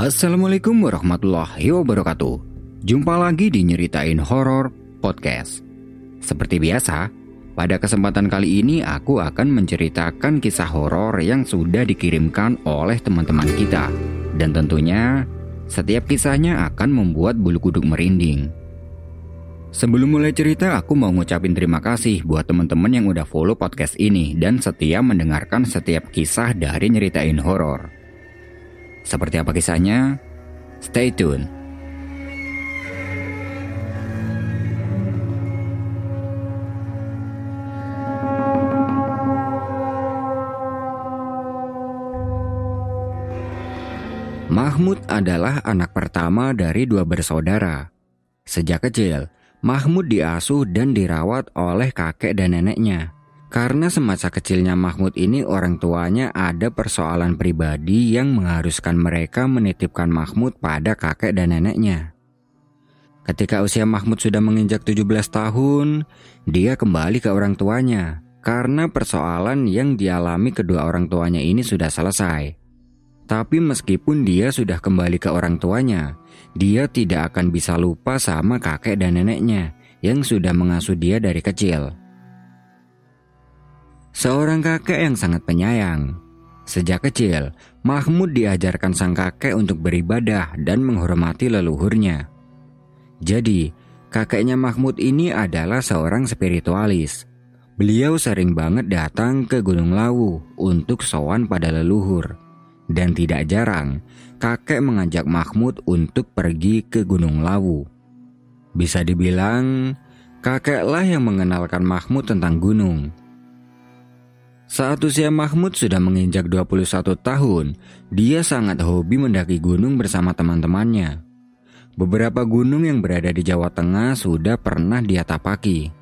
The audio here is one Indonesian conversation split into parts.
Assalamualaikum warahmatullahi wabarakatuh. Jumpa lagi di Nyeritain Horor Podcast. Seperti biasa, pada kesempatan kali ini aku akan menceritakan kisah horor yang sudah dikirimkan oleh teman-teman kita. Dan tentunya, setiap kisahnya akan membuat bulu kuduk merinding. Sebelum mulai cerita, aku mau ngucapin terima kasih buat teman-teman yang udah follow podcast ini dan setia mendengarkan setiap kisah dari Nyeritain Horor. Seperti apa kisahnya? Stay tune. Mahmud adalah anak pertama dari dua bersaudara. Sejak kecil, Mahmud diasuh dan dirawat oleh kakek dan neneknya. Karena semasa kecilnya Mahmud ini orang tuanya ada persoalan pribadi yang mengharuskan mereka menitipkan Mahmud pada kakek dan neneknya. Ketika usia Mahmud sudah menginjak 17 tahun, dia kembali ke orang tuanya karena persoalan yang dialami kedua orang tuanya ini sudah selesai. Tapi meskipun dia sudah kembali ke orang tuanya, dia tidak akan bisa lupa sama kakek dan neneknya yang sudah mengasuh dia dari kecil. Seorang kakek yang sangat penyayang. Sejak kecil, Mahmud diajarkan sang kakek untuk beribadah dan menghormati leluhurnya. Jadi, kakeknya Mahmud ini adalah seorang spiritualis. Beliau sering banget datang ke Gunung Lawu untuk sowan pada leluhur. Dan tidak jarang, kakek mengajak Mahmud untuk pergi ke Gunung Lawu. Bisa dibilang, kakeklah yang mengenalkan Mahmud tentang gunung. Saat usia Mahmud sudah menginjak 21 tahun, dia sangat hobi mendaki gunung bersama teman-temannya. Beberapa gunung yang berada di Jawa Tengah sudah pernah dia tapaki.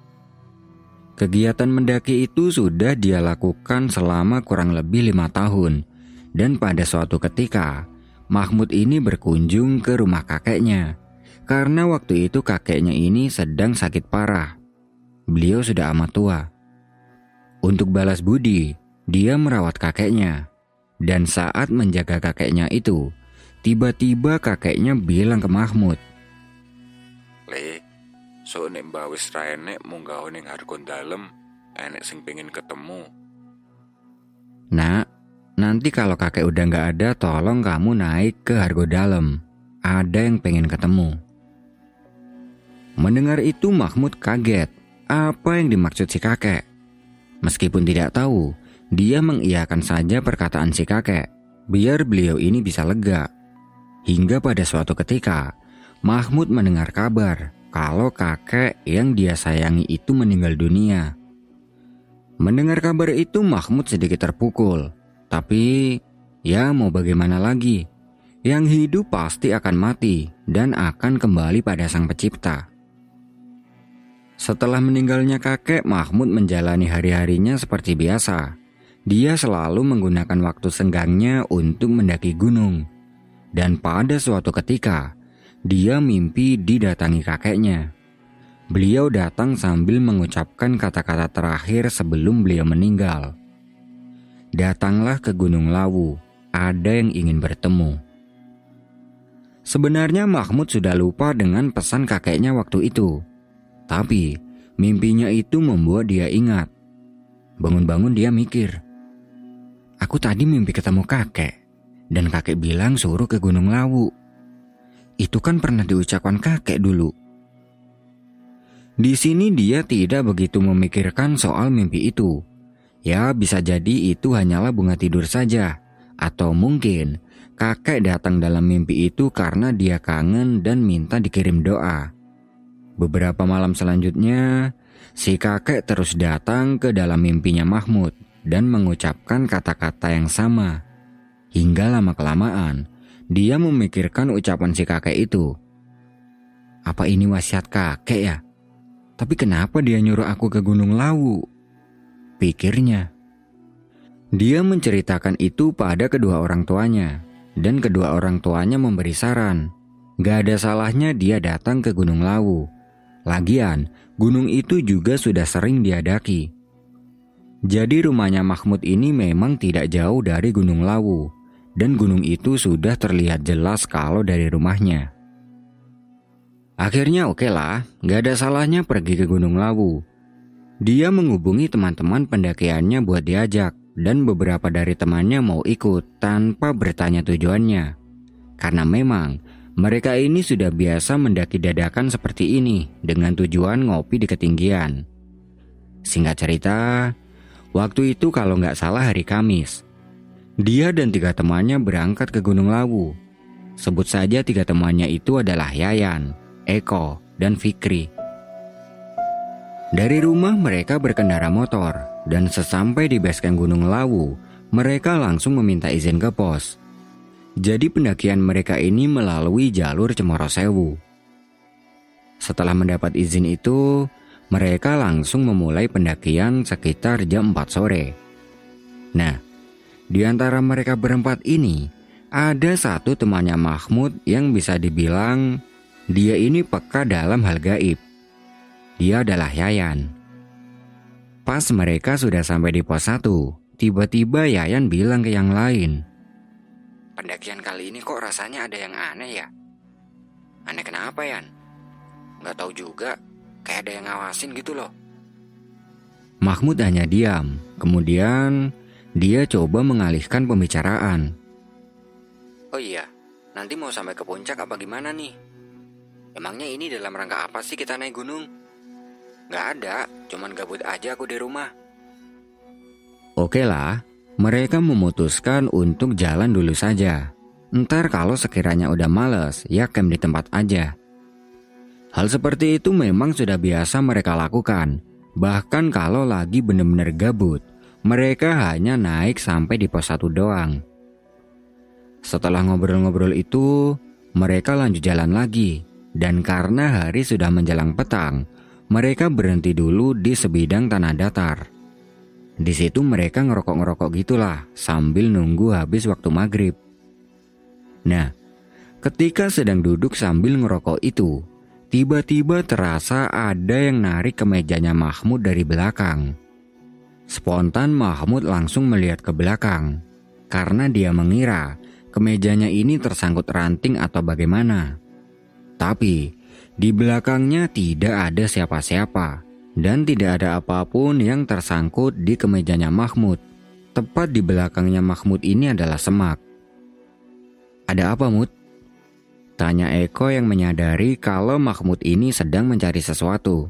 Kegiatan mendaki itu sudah dia lakukan selama kurang lebih 5 tahun. Dan pada suatu ketika, Mahmud ini berkunjung ke rumah kakeknya. Karena waktu itu kakeknya ini sedang sakit parah. Beliau sudah amat tua. Untuk balas budi, dia merawat kakeknya. Dan saat menjaga kakeknya itu, tiba-tiba kakeknya bilang ke Mahmud, "Le, so nek mbawis ra enek munggah ning hargon dalem, enek sing pengen ketemu." "Nak, nanti kalau kakek udah gak ada, tolong kamu naik ke Hargo Dalem. Ada yang pengen ketemu." Mendengar itu Mahmud kaget. Apa yang dimaksud si kakek? Meskipun tidak tahu, dia mengiyakan saja perkataan si kakek, biar beliau ini bisa lega. Hingga pada suatu ketika, Mahmud mendengar kabar kalau kakek yang dia sayangi itu meninggal dunia. Mendengar kabar itu Mahmud sedikit terpukul. Tapi, ya mau bagaimana lagi? Yang hidup pasti akan mati dan akan kembali pada Sang Pencipta. Setelah meninggalnya kakek, Mahmud menjalani hari-harinya seperti biasa. Dia selalu menggunakan waktu senggangnya untuk mendaki gunung. Dan pada suatu ketika, dia mimpi didatangi kakeknya. Beliau datang sambil mengucapkan kata-kata terakhir sebelum beliau meninggal. "Datanglah ke Gunung Lawu, ada yang ingin bertemu." Sebenarnya Mahmud sudah lupa dengan pesan kakeknya waktu itu. Tapi mimpinya itu membuat dia ingat. Bangun-bangun dia mikir, "Aku tadi mimpi ketemu kakek, dan kakek bilang suruh ke Gunung Lawu. Itu kan pernah diucapkan kakek dulu." Di sini dia tidak begitu memikirkan soal mimpi itu. Ya, bisa jadi itu hanyalah bunga tidur saja. Atau mungkin kakek datang dalam mimpi itu karena dia kangen dan minta dikirim doa. Beberapa malam selanjutnya, si kakek terus datang ke dalam mimpinya Mahmud dan mengucapkan kata-kata yang sama. Hingga lama-kelamaan, dia memikirkan ucapan si kakek itu. Apa ini wasiat kakek ya? Tapi kenapa dia nyuruh aku ke Gunung Lawu? Pikirnya. Dia menceritakan itu pada kedua orang tuanya, dan kedua orang tuanya memberi saran. Gak ada salahnya dia datang ke Gunung Lawu. Lagian, gunung itu juga sudah sering dia daki. Jadi rumahnya Mahmud ini memang tidak jauh dari Gunung Lawu. dan gunung itu sudah terlihat jelas kalau dari rumahnya. Akhirnya oke lah, gak ada salahnya pergi ke Gunung Lawu. Dia menghubungi teman-teman pendakiannya buat diajak, dan beberapa dari temannya mau ikut tanpa bertanya tujuannya. Karena memang mereka ini sudah biasa mendaki dadakan seperti ini dengan tujuan ngopi di ketinggian. Singkat cerita, waktu itu kalau nggak salah hari Kamis, dia dan 3 temannya berangkat ke Gunung Lawu. Sebut saja 3 temannya itu adalah Yayan, Eko, dan Fikri. Dari rumah mereka berkendara motor, dan sesampai di base camp Gunung Lawu, mereka langsung meminta izin ke pos. Jadi pendakian mereka ini melalui jalur Cemoro Sewu. Setelah mendapat izin itu, mereka langsung memulai pendakian sekitar jam 4 sore. Nah, di antara mereka berempat ini, ada satu temannya Mahmud yang bisa dibilang dia ini peka dalam hal gaib. Dia adalah Yayan. Pas mereka sudah sampai di pos 1, tiba-tiba Yayan bilang ke yang lain, "Pendakian kali ini kok rasanya ada yang aneh ya?" "Aneh kenapa, Yan?" "Gak tahu juga, kayak ada yang ngawasin gitu loh." Mahmud hanya diam, kemudian dia coba mengalihkan pembicaraan. "Oh iya, nanti mau sampai ke puncak apa gimana nih? Emangnya ini dalam rangka apa sih kita naik gunung?" "Gak ada, cuman gabut aja aku di rumah." Oke lah, mereka memutuskan untuk jalan dulu saja. Ntar kalau sekiranya udah males, ya camp di tempat aja. Hal seperti itu memang sudah biasa mereka lakukan. Bahkan kalau lagi bener-bener gabut, mereka hanya naik sampai di pos 1 doang. Setelah ngobrol-ngobrol itu, mereka lanjut jalan lagi. Dan karena hari sudah menjelang petang, mereka berhenti dulu di sebidang tanah datar. Di situ mereka ngerokok-ngerokok gitulah sambil nunggu habis waktu maghrib. Nah, ketika sedang duduk sambil ngerokok itu, tiba-tiba terasa ada yang narik kemejanya Mahmud dari belakang. Spontan Mahmud langsung melihat ke belakang, karena dia mengira kemejanya ini tersangkut ranting atau bagaimana. Tapi di belakangnya tidak ada siapa-siapa. Dan tidak ada apapun yang tersangkut di kemejanya Mahmud. Tepat di belakangnya Mahmud ini adalah semak. "Ada apa, Mud?" tanya Eko yang menyadari kalau Mahmud ini sedang mencari sesuatu.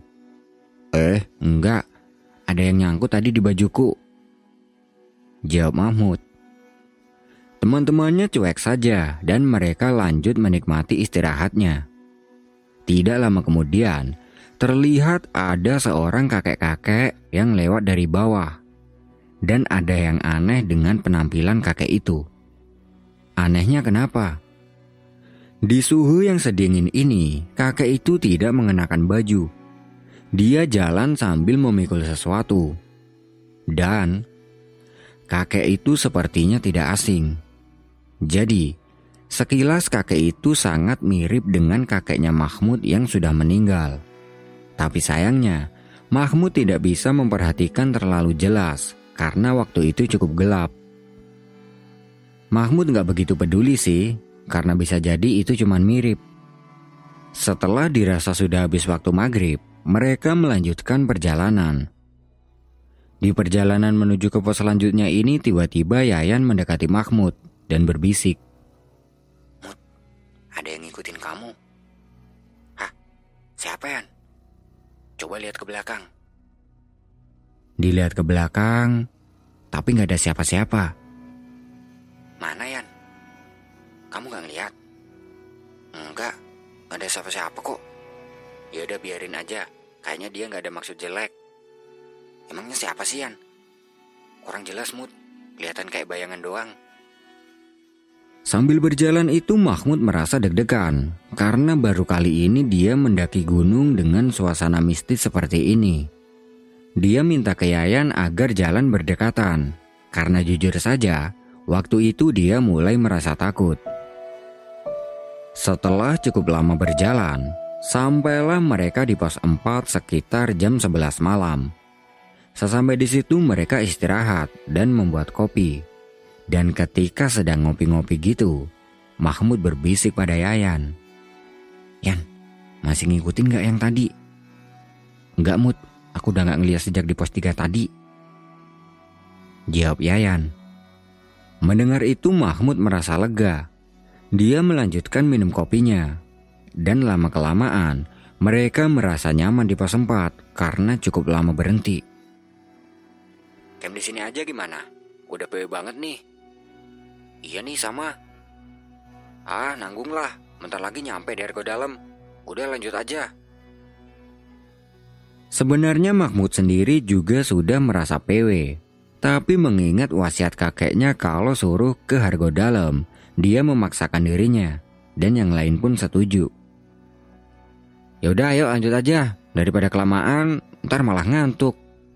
Enggak. Ada yang nyangkut tadi di bajuku," jawab Mahmud. Teman-temannya cuek saja dan mereka lanjut menikmati istirahatnya. Tidak lama kemudian, terlihat ada seorang kakek-kakek yang lewat dari bawah. Dan ada yang aneh dengan penampilan kakek itu. Anehnya kenapa? Di suhu yang sedingin ini, kakek itu tidak mengenakan baju. Dia jalan sambil memikul sesuatu. Dan kakek itu sepertinya tidak asing. Jadi, sekilas kakek itu sangat mirip dengan kakeknya Mahmud yang sudah meninggal. Tapi sayangnya, Mahmud tidak bisa memperhatikan terlalu jelas karena waktu itu cukup gelap. Mahmud gak begitu peduli sih, karena bisa jadi itu cuman mirip. Setelah dirasa sudah habis waktu maghrib, mereka melanjutkan perjalanan. Di perjalanan menuju ke pos selanjutnya ini tiba-tiba Yayan mendekati Mahmud dan berbisik. "Mud, ada yang ngikutin kamu." "Hah? Siapa, Yan?" "Coba lihat ke belakang." Dilihat ke belakang, tapi gak ada siapa-siapa. "Mana, Yan? Kamu gak ngeliat?" "Enggak, gak ada siapa-siapa kok." "Ya udah biarin aja, kayaknya dia gak ada maksud jelek." "Emangnya siapa sih, Yan?" "Kurang jelas, Mud, kelihatan kayak bayangan doang." Sambil berjalan itu Mahmud merasa deg-degan karena baru kali ini dia mendaki gunung dengan suasana mistis seperti ini. Dia minta ke Yayan agar jalan berdekatan karena jujur saja waktu itu dia mulai merasa takut. Setelah cukup lama berjalan, sampailah mereka di pos 4 sekitar jam 11 malam. Sesampai di situ mereka istirahat dan membuat kopi. Dan ketika sedang ngopi-ngopi gitu, Mahmud berbisik pada Yayan. "Yan, masih ngikutin gak yang tadi?" "Enggak, Mut, aku udah gak ngeliat sejak di pos 3 tadi," jawab Yayan. Mendengar itu Mahmud merasa lega. Dia melanjutkan minum kopinya. Dan lama-kelamaan mereka merasa nyaman di pos 4 karena cukup lama berhenti. "Camp di sini aja gimana? Udah PW banget nih." "Iya nih sama." "Ah, nanggung lah. Bentar lagi nyampe di Argo Dalam. Udah lanjut aja." Sebenarnya Mahmud sendiri juga sudah merasa PW. Tapi mengingat wasiat kakeknya kalau suruh ke Argo Dalam, dia memaksakan dirinya. Dan yang lain pun setuju. "Yaudah ayo lanjut aja. Daripada kelamaan, ntar malah ngantuk,"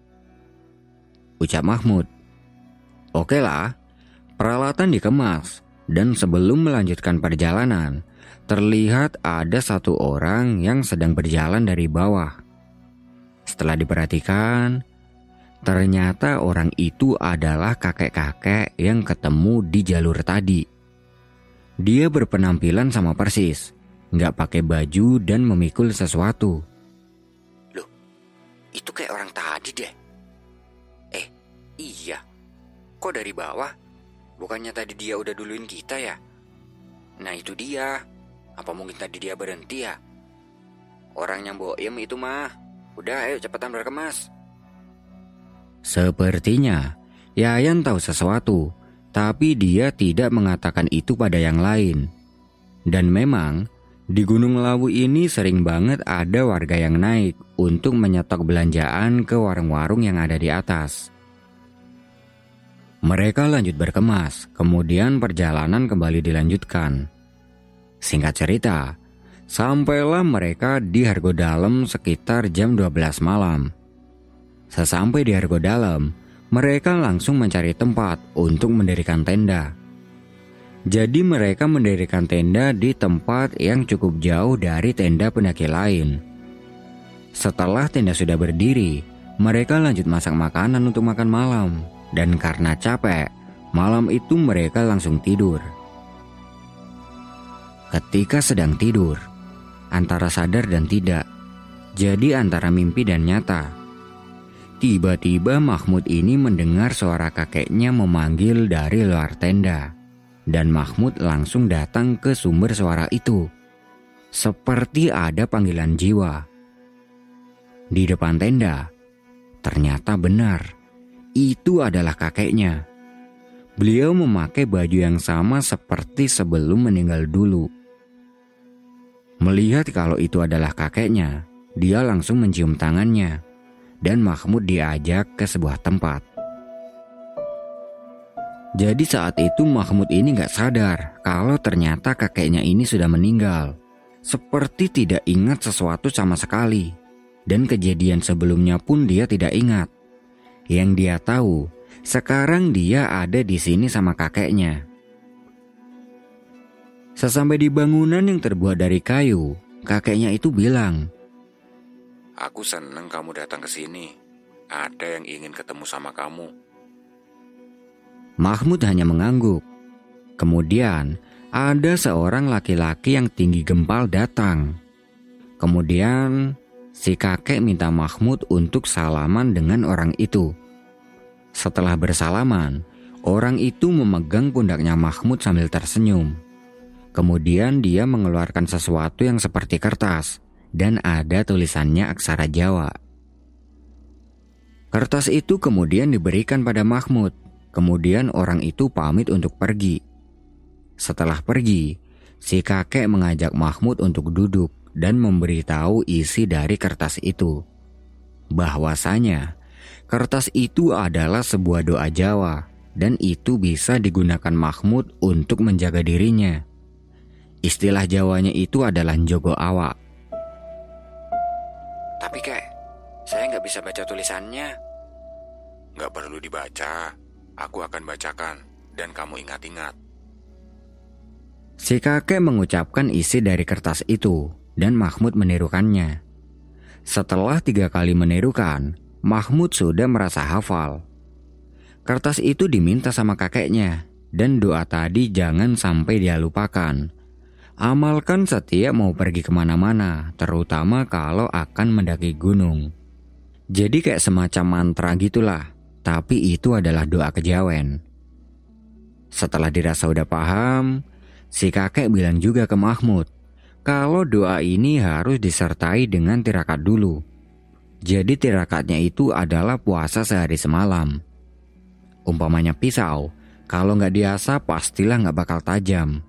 ucap Mahmud. Oke lah, peralatan dikemas. Dan sebelum melanjutkan perjalanan, terlihat ada satu orang yang sedang berjalan dari bawah. Setelah diperhatikan, ternyata orang itu adalah kakek-kakek yang ketemu di jalur tadi. Dia berpenampilan sama persis, nggak pakai baju dan memikul sesuatu. "Loh, itu kayak orang tadi deh." Iya. Kok dari bawah? Bukannya tadi dia udah duluin kita ya? Nah itu dia. Apa mungkin tadi dia berhenti ya? Orang yang boem itu mah. Udah ayo cepetan berkemas." Sepertinya Yayan tahu sesuatu, tapi dia tidak mengatakan itu pada yang lain. Dan memang di Gunung Lawu ini sering banget ada warga yang naik untuk menyetok belanjaan ke warung-warung yang ada di atas. Mereka lanjut berkemas, kemudian perjalanan kembali dilanjutkan. Singkat cerita, sampailah mereka di Argo Dalam sekitar jam 12 malam. Sesampai di Argo Dalam, mereka langsung mencari tempat untuk mendirikan tenda. Jadi mereka mendirikan tenda di tempat yang cukup jauh dari tenda pendaki lain. Setelah tenda sudah berdiri, mereka lanjut masak makanan untuk makan malam. Dan karena capek, malam itu mereka langsung tidur. Ketika sedang tidur, antara sadar dan tidak, jadi antara mimpi dan nyata. Tiba-tiba Mahmud ini mendengar suara kakeknya memanggil dari luar tenda. Dan Mahmud langsung datang ke sumber suara itu. Seperti ada panggilan jiwa. Di depan tenda, ternyata benar. Itu adalah kakeknya. Beliau memakai baju yang sama seperti sebelum meninggal dulu. Melihat kalau itu adalah kakeknya, dia langsung mencium tangannya. Dan Mahmud diajak ke sebuah tempat. Jadi saat itu Mahmud ini gak sadar kalau ternyata kakeknya ini sudah meninggal. Seperti tidak ingat sesuatu sama sekali. Dan kejadian sebelumnya pun dia tidak ingat. Yang dia tahu, sekarang dia ada di sini sama kakeknya. Sesampai di bangunan yang terbuat dari kayu, kakeknya itu bilang, "Aku seneng kamu datang ke sini. Ada yang ingin ketemu sama kamu." Mahmud hanya mengangguk. Kemudian ada seorang laki-laki yang tinggi gempal datang. Kemudian si kakek minta Mahmud untuk salaman dengan orang itu. Setelah bersalaman, orang itu memegang pundaknya Mahmud sambil tersenyum. Kemudian dia mengeluarkan sesuatu yang seperti kertas dan ada tulisannya aksara Jawa. Kertas itu kemudian diberikan pada Mahmud. Kemudian orang itu pamit untuk pergi. Setelah pergi, si kakek mengajak Mahmud untuk duduk dan memberitahu isi dari kertas itu. Bahwasanya kertas itu adalah sebuah doa Jawa dan itu bisa digunakan Mahmud untuk menjaga dirinya. Istilah Jawanya itu adalah njogo awak. "Tapi kek, saya nggak bisa baca tulisannya." "Nggak perlu dibaca, aku akan bacakan dan kamu ingat-ingat." Si kakek mengucapkan isi dari kertas itu dan Mahmud menirukannya. Setelah 3 kali menirukan, Mahmud sudah merasa hafal. Kertas itu diminta sama kakeknya dan doa tadi jangan sampai dia lupakan. Amalkan setiap mau pergi kemana-mana, terutama kalau akan mendaki gunung. Jadi kayak semacam mantra gitulah, tapi itu adalah doa kejawen. Setelah dirasa udah paham, si kakek bilang juga ke Mahmud kalau doa ini harus disertai dengan tirakat dulu. Jadi tirakatnya itu adalah puasa sehari semalam. Umpamanya pisau, kalau nggak diasah pastilah nggak bakal tajam.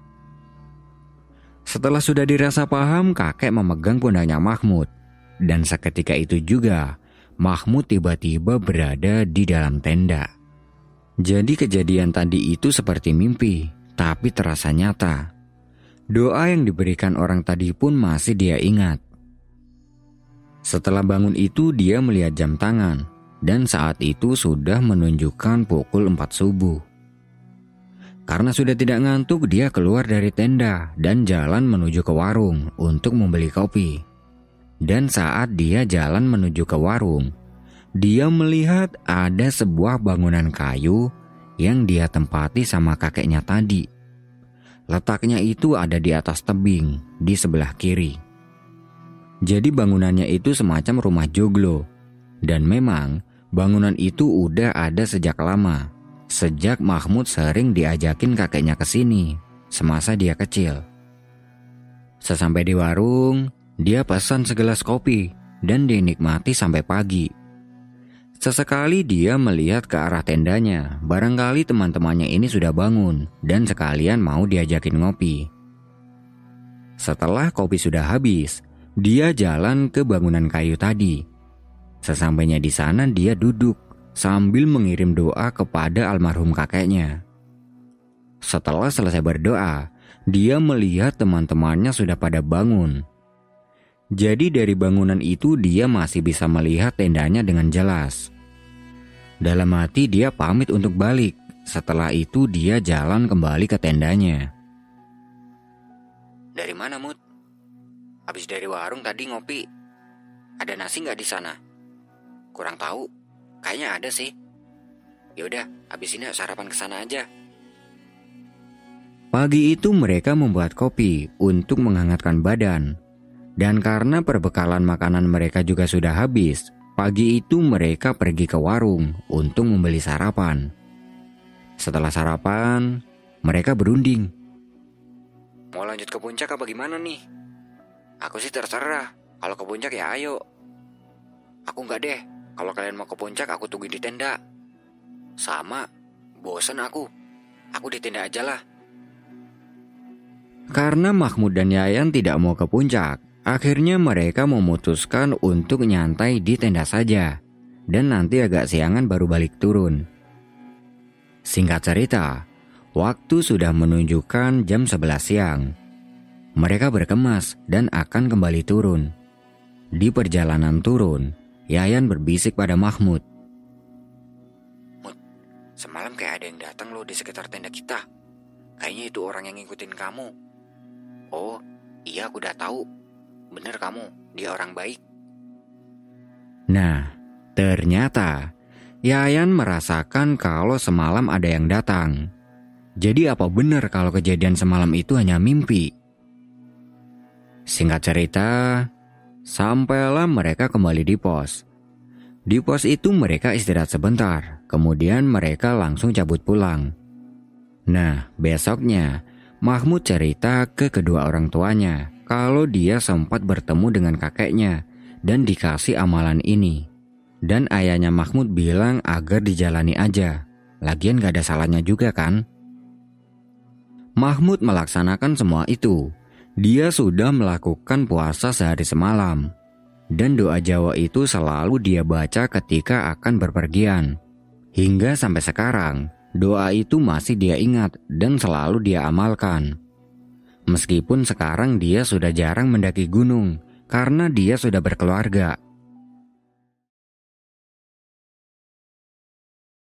Setelah sudah dirasa paham, kakek memegang pundaknya Mahmud. Dan seketika itu juga, Mahmud tiba-tiba berada di dalam tenda. Jadi kejadian tadi itu seperti mimpi, tapi terasa nyata. Doa yang diberikan orang tadi pun masih dia ingat. Setelah bangun itu dia melihat jam tangan, dan saat itu sudah menunjukkan pukul 4 subuh. Karena sudah tidak ngantuk, dia keluar dari tenda dan jalan menuju ke warung untuk membeli kopi. Dan saat dia jalan menuju ke warung, dia melihat ada sebuah bangunan kayu yang dia tempati sama kakeknya tadi. Letaknya itu ada di atas tebing di sebelah kiri. Jadi bangunannya itu semacam rumah joglo. Dan memang bangunan itu udah ada sejak lama. Sejak Mahmud sering diajakin kakeknya ke sini semasa dia kecil. Sesampai di warung, dia pesan segelas kopi dan dinikmati sampai pagi. Sesekali dia melihat ke arah tendanya, barangkali teman-temannya ini sudah bangun dan sekalian mau diajakin ngopi. Setelah kopi sudah habis, dia jalan ke bangunan kayu tadi. Sesampainya di sana dia duduk sambil mengirim doa kepada almarhum kakeknya. Setelah selesai berdoa, dia melihat teman-temannya sudah pada bangun. Jadi dari bangunan itu dia masih bisa melihat tendanya dengan jelas. Dalam hati dia pamit untuk balik. Setelah itu dia jalan kembali ke tendanya. Dari mana, Mut? Habis dari warung tadi ngopi. Ada nasi nggak di sana? Kurang tahu. Kayaknya ada sih. Yaudah, habis ini sarapan kesana aja. Pagi itu mereka membuat kopi untuk menghangatkan badan. Dan karena perbekalan makanan mereka juga sudah habis, pagi itu mereka pergi ke warung untuk membeli sarapan. Setelah sarapan, mereka berunding. Mau lanjut ke puncak apa gimana nih? Aku sih terserah. Kalau ke puncak ya ayo. Aku nggak deh. Kalau kalian mau ke puncak, aku tungguin di tenda. Sama, bosen aku. Aku di tenda aja lah. Karena Mahmud dan Yayan tidak mau ke puncak, akhirnya mereka memutuskan untuk nyantai di tenda saja. Dan nanti agak siangan baru balik turun. Singkat cerita, waktu sudah menunjukkan jam 11 siang. Mereka berkemas dan akan kembali turun. Di perjalanan turun, Yayan berbisik pada Mahmud. Mut, semalam kayak ada yang datang loh di sekitar tenda kita. Kayaknya itu orang yang ngikutin kamu. Oh, iya aku udah tahu. Bener kamu, dia orang baik. Nah, ternyata Yayan merasakan kalau semalam ada yang datang. Jadi apa benar kalau kejadian semalam itu hanya mimpi? Singkat cerita, sampailah mereka kembali di pos. Di pos itu mereka istirahat sebentar, kemudian mereka langsung cabut pulang. Nah, besoknya Mahmud cerita ke kedua orang tuanya kalau dia sempat bertemu dengan kakeknya dan dikasih amalan ini. Dan ayahnya Mahmud bilang agar dijalani aja, lagian gak ada salahnya juga kan? Mahmud melaksanakan semua itu. Dia sudah melakukan puasa sehari semalam. Dan doa Jawa itu selalu dia baca ketika akan berpergian. Hingga sampai sekarang, doa itu masih dia ingat dan selalu dia amalkan. Meskipun sekarang dia sudah jarang mendaki gunung karena dia sudah berkeluarga.